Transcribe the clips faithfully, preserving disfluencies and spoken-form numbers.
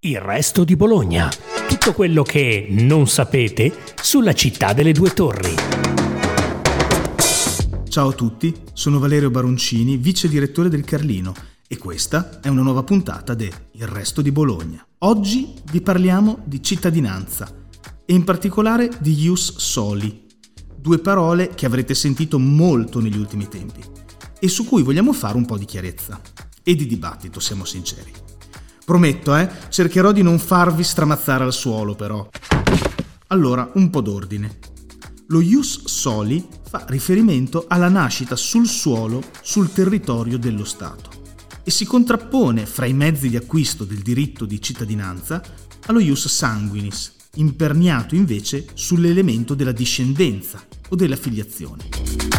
Il resto di Bologna. Tutto quello che non sapete sulla città delle due torri. Ciao a tutti, sono Valerio Baroncini, vice direttore del Carlino, e questa è una nuova puntata de Il resto di Bologna. Oggi vi parliamo di cittadinanza e in particolare di ius soli, due parole che avrete sentito molto negli ultimi tempi e su cui vogliamo fare un po' di chiarezza e di dibattito, siamo sinceri. Prometto, eh, cercherò di non farvi stramazzare al suolo però. Allora, un po' d'ordine. Lo ius soli fa riferimento alla nascita sul suolo, sul territorio dello Stato e si contrappone fra i mezzi di acquisto del diritto di cittadinanza allo ius sanguinis, imperniato invece sull'elemento della discendenza o della filiazione.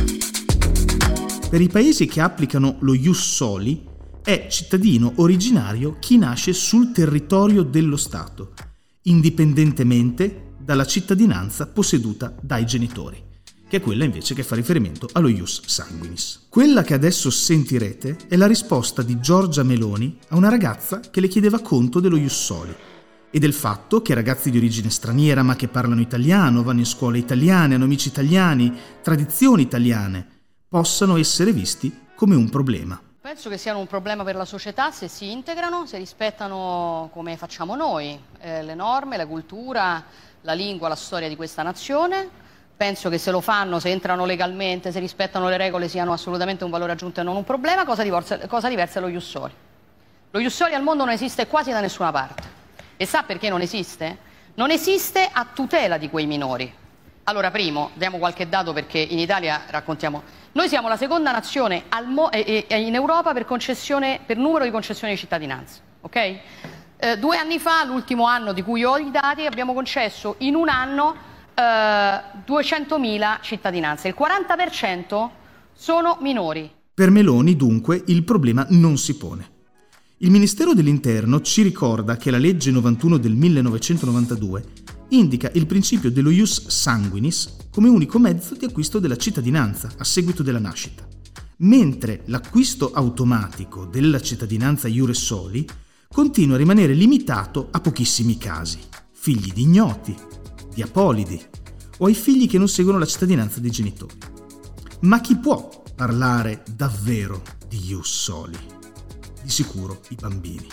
Per i paesi che applicano lo ius soli è cittadino originario chi nasce sul territorio dello Stato, indipendentemente dalla cittadinanza posseduta dai genitori, che è quella invece che fa riferimento allo ius sanguinis. Quella che adesso sentirete è la risposta di Giorgia Meloni a una ragazza che le chiedeva conto dello ius soli e del fatto che ragazzi di origine straniera ma che parlano italiano, vanno in scuole italiane, hanno amici italiani, tradizioni italiane, possano essere visti come un problema. Penso che siano un problema per la società se si integrano, se rispettano come facciamo noi, eh, le norme, la cultura, la lingua, la storia di questa nazione. Penso che se lo fanno, se entrano legalmente, se rispettano le regole, siano assolutamente un valore aggiunto e non un problema. Cosa diversa, cosa diversa è lo ius soli. Lo ius soli al mondo non esiste quasi da nessuna parte. E sa perché non esiste? Non esiste a tutela di quei minori. Allora, primo, diamo qualche dato perché in Italia raccontiamo... Noi siamo la seconda nazione al mo- e, e, in Europa per, concessione, per numero di concessioni di cittadinanza. Okay? Eh, due anni fa, l'ultimo anno di cui ho i dati, abbiamo concesso in un anno eh, duecentomila cittadinanze. Il quaranta per cento sono minori. Per Meloni, dunque, il problema non si pone. Il Ministero dell'Interno ci ricorda che la legge novantuno del millenovecentonovantadue indica il principio dello ius sanguinis come unico mezzo di acquisto della cittadinanza a seguito della nascita, mentre l'acquisto automatico della cittadinanza iure soli continua a rimanere limitato a pochissimi casi, figli di ignoti, di apolidi o ai figli che non seguono la cittadinanza dei genitori. Ma chi può parlare davvero di ius soli? Di sicuro i bambini.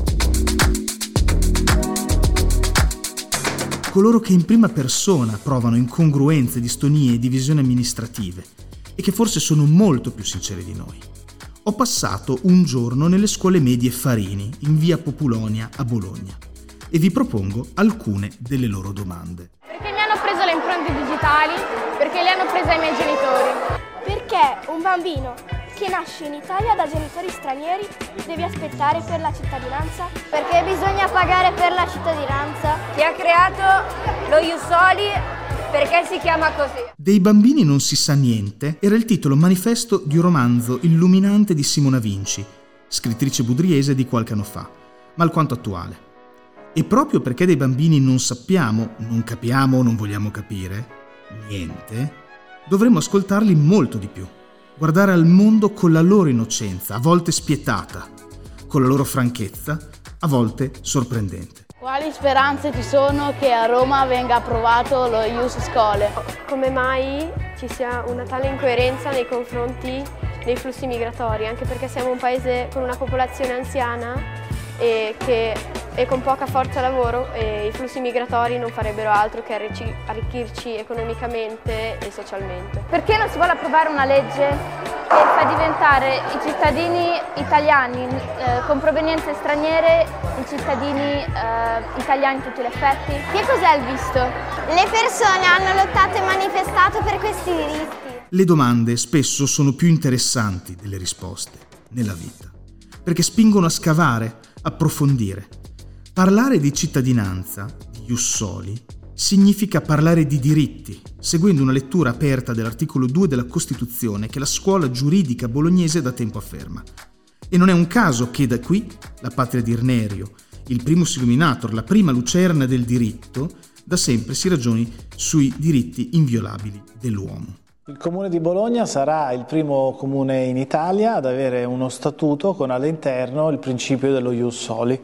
Coloro che in prima persona provano incongruenze, distonie e divisioni amministrative e che forse sono molto più sinceri di noi. Ho passato un giorno nelle scuole medie Farini in via Populonia a Bologna e vi propongo alcune delle loro domande. Perché mi hanno preso le impronte digitali? Perché le hanno prese ai miei genitori? Perché un bambino che nasce in Italia da genitori stranieri deve aspettare per la cittadinanza? Perché bisogna pagare per la cittadinanza. Chi ha creato lo ius soli, perché si chiama così? Dei bambini non si sa niente era il titolo manifesto di un romanzo illuminante di Simona Vinci, scrittrice budriese di qualche anno fa, ma alquanto attuale. E proprio perché dei bambini non sappiamo, non capiamo, non vogliamo capire niente, dovremmo ascoltarli molto di più. Guardare al mondo con la loro innocenza, a volte spietata, con la loro franchezza, a volte sorprendente. Quali speranze ci sono che a Roma venga approvato lo ius scholae? Come mai ci sia una tale incoerenza nei confronti dei flussi migratori, anche perché siamo un paese con una popolazione anziana e che è con poca forza lavoro e i flussi migratori non farebbero altro che arricchirci economicamente e socialmente. Perché non si vuole approvare una legge che fa diventare i cittadini italiani eh, con provenienze straniere i cittadini eh, italiani a tutti gli effetti? Che cos'è il visto? Le persone hanno lottato e manifestato per questi diritti. Le domande spesso sono più interessanti delle risposte nella vita, perché spingono a scavare, approfondire. Parlare di cittadinanza, di ius soli, significa parlare di diritti, seguendo una lettura aperta dell'articolo due della Costituzione che la scuola giuridica bolognese da tempo afferma. E non è un caso che da qui la patria di Irnerio, il primus illuminator, la prima lucerna del diritto, da sempre si ragioni sui diritti inviolabili dell'uomo. Il Comune di Bologna sarà il primo comune in Italia ad avere uno statuto con all'interno il principio dello ius soli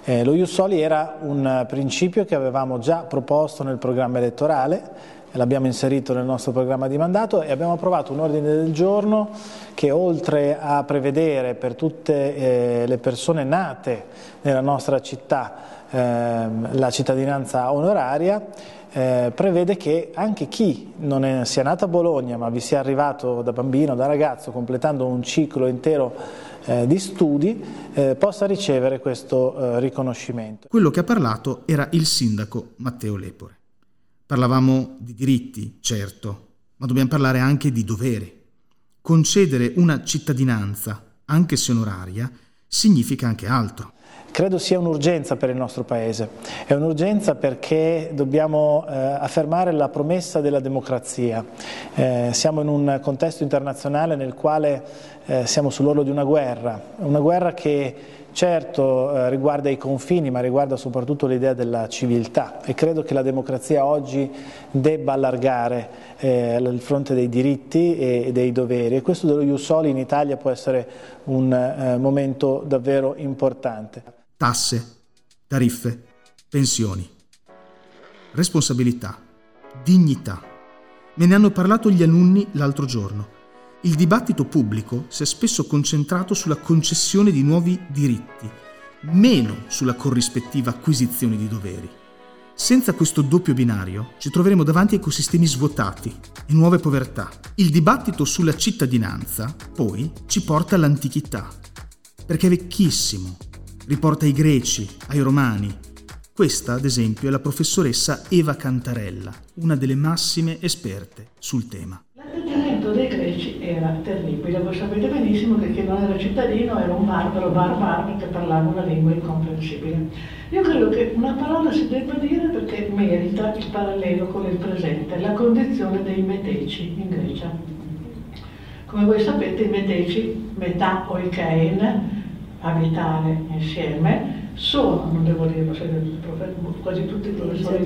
Eh, lo ius soli era un principio che avevamo già proposto nel programma elettorale, l'abbiamo inserito nel nostro programma di mandato e abbiamo approvato un ordine del giorno che, oltre a prevedere per tutte eh, le persone nate nella nostra città eh, la cittadinanza onoraria, eh, prevede che anche chi non è, sia nato a Bologna ma vi sia arrivato da bambino, da ragazzo, completando un ciclo intero eh, di studi, eh, possa ricevere questo eh, riconoscimento. Quello che ha parlato era il sindaco Matteo Lepore. Parlavamo di diritti, certo, ma dobbiamo parlare anche di doveri. Concedere una cittadinanza, anche se onoraria, significa anche altro. Credo sia un'urgenza per il nostro Paese, è un'urgenza perché dobbiamo eh, affermare la promessa della democrazia. Eh, siamo in un contesto internazionale nel quale eh, siamo sull'orlo di una guerra, una guerra che certo eh, riguarda i confini, ma riguarda soprattutto l'idea della civiltà, e credo che la democrazia oggi debba allargare eh, il fronte dei diritti e, e dei doveri, e questo dello ius soli in Italia può essere un eh, momento davvero importante. Tasse, tariffe, pensioni, responsabilità, dignità. Me ne hanno parlato gli alunni l'altro giorno. Il dibattito pubblico si è spesso concentrato sulla concessione di nuovi diritti, meno sulla corrispettiva acquisizione di doveri. Senza questo doppio binario ci troveremo davanti a ecosistemi svuotati e nuove povertà. Il dibattito sulla cittadinanza, poi, ci porta all'antichità, perché è vecchissimo. Riporta ai greci, ai romani. Questa, ad esempio, è la professoressa Eva Cantarella, una delle massime esperte sul tema. L'atteggiamento dei greci era terribile. Voi sapete benissimo che chi non era cittadino era un barbaro, barbaro, che parlava una lingua incomprensibile. Io credo che una parola si debba dire perché merita il parallelo con il presente, la condizione dei meteci in Grecia. Come voi sapete, i meteci, metà oikein, abitare insieme, sono, non devo dirlo, quasi tutti i professori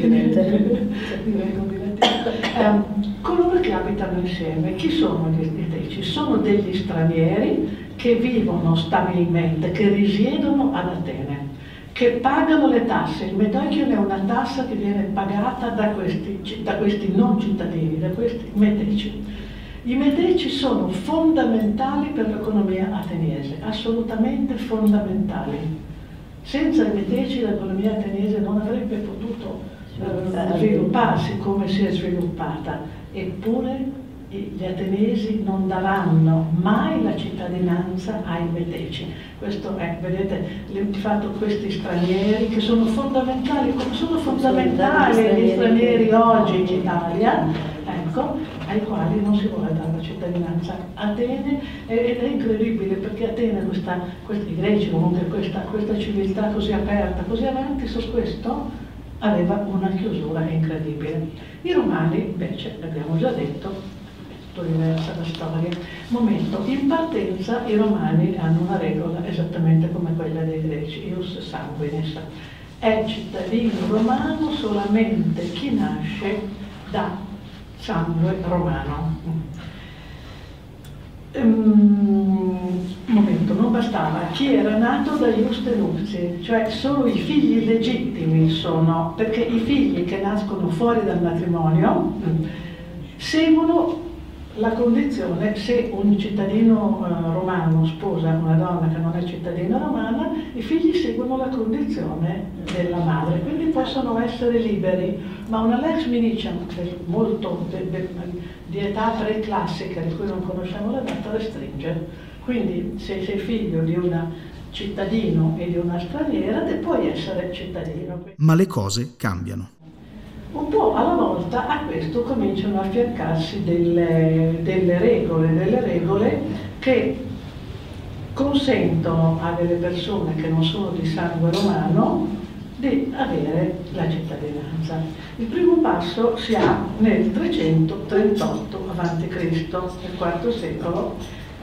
um, coloro che abitano insieme. Chi sono gli meteci? Sono degli stranieri che vivono stabilmente, che risiedono ad Atene, che pagano le tasse. Il metoichion è una tassa che viene pagata da questi, da questi non cittadini, da questi meteci. I meteci sono fondamentali per l'economia ateniese, assolutamente fondamentali. Senza i meteci l'economia ateniese non avrebbe potuto eh, svilupparsi come si è sviluppata, eppure gli ateniesi non daranno mai la cittadinanza ai meteci. Questo è, vedete, di fatto questi stranieri che sono fondamentali, come sono fondamentali gli stranieri oggi in Italia, ecco, ai quali non si vuole dare la cittadinanza. Atene, ed è incredibile perché Atene, questa, questi greci comunque, questa, questa civiltà così aperta, così avanti su questo, aveva una chiusura incredibile. I romani invece, l'abbiamo già detto, diversa la storia. Momento, in partenza i romani hanno una regola esattamente come quella dei greci, ius sanguinis. È cittadino romano solamente chi nasce da sangue romano. Um, momento, non bastava, chi era nato da iuste nuptiae, cioè solo i figli legittimi sono, perché i figli che nascono fuori dal matrimonio seguono la condizione. Se un cittadino uh, romano sposa una donna che non è cittadina romana, i figli seguono la condizione della madre, quindi possono essere liberi, ma una lex miniciam molto de, de, di età preclassica, di cui non conosciamo la data, restringe. Quindi se sei figlio di un cittadino e di una straniera, te puoi essere cittadino. Ma le cose cambiano. Un po' alla volta a questo cominciano a affiancarsi delle, delle regole, delle regole che consentono a delle persone che non sono di sangue romano di avere la cittadinanza. Il primo passo si ha nel trecentotrentotto avanti Cristo, nel quarto secolo,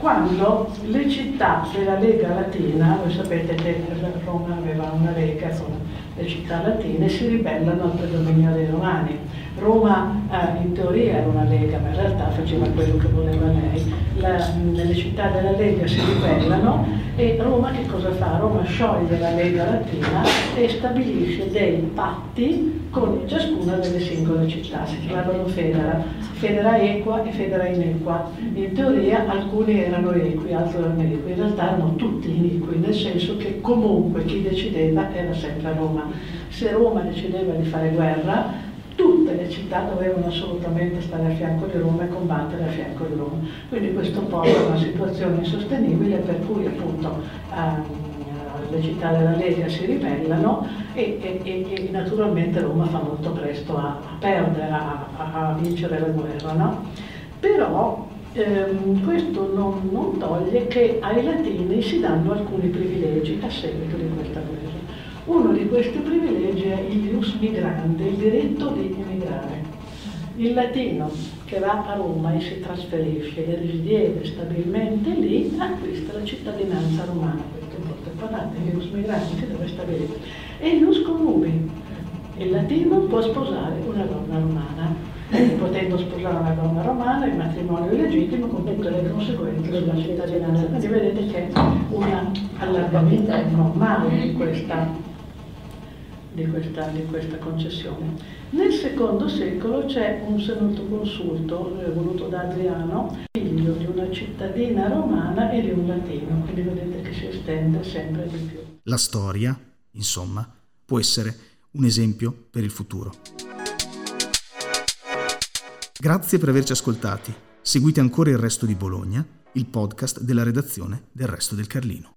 quando le città della Lega Latina, voi sapete che Roma aveva una lega con le città latine, si ribellano al predominio dei romani. Roma eh, in teoria era una lega, ma in realtà faceva quello che voleva lei. La, nelle città della Lega si ribellano e Roma che cosa fa? Roma scioglie la Lega Latina e stabilisce dei patti con ciascuna delle singole città, si chiamavano federa, federa equa e federa inequa. In teoria alcuni erano equi, altri erano inequi, in realtà erano tutti iniqui, nel senso che comunque chi decideva era sempre Roma. Se Roma decideva di fare guerra, tutte le città dovevano assolutamente stare a fianco di Roma e combattere a fianco di Roma. Quindi questo porta a una situazione insostenibile per cui appunto eh, le città della Lega si ribellano e, e, e, e naturalmente Roma fa molto presto a, a perdere, a, a vincere la guerra, no? Però ehm, questo non, non toglie che ai latini si danno alcuni privilegi a seguito di questa guerra. Uno di questi privilegi è il ius migrandi, il diritto di emigrare. Il latino che va a Roma e si trasferisce e risiede stabilmente lì acquista la cittadinanza romana. Questo è importante, il ius migrandi si deve stabilire. E il ius connubii, il latino può sposare una donna romana. Potendo sposare una donna romana, il matrimonio è legittimo con tutte le conseguenze della cittadinanza. Quindi vedete che è un allargamento normale di questa Di questa, di questa concessione. Nel secondo secolo c'è un senato consulto eh, voluto da Adriano, figlio di una cittadina romana e di un latino, quindi vedete che si estende sempre di più. La storia, insomma, può essere un esempio per il futuro. Grazie per averci ascoltati. Seguite ancora Il Resto di Bologna, il podcast della redazione del Resto del Carlino.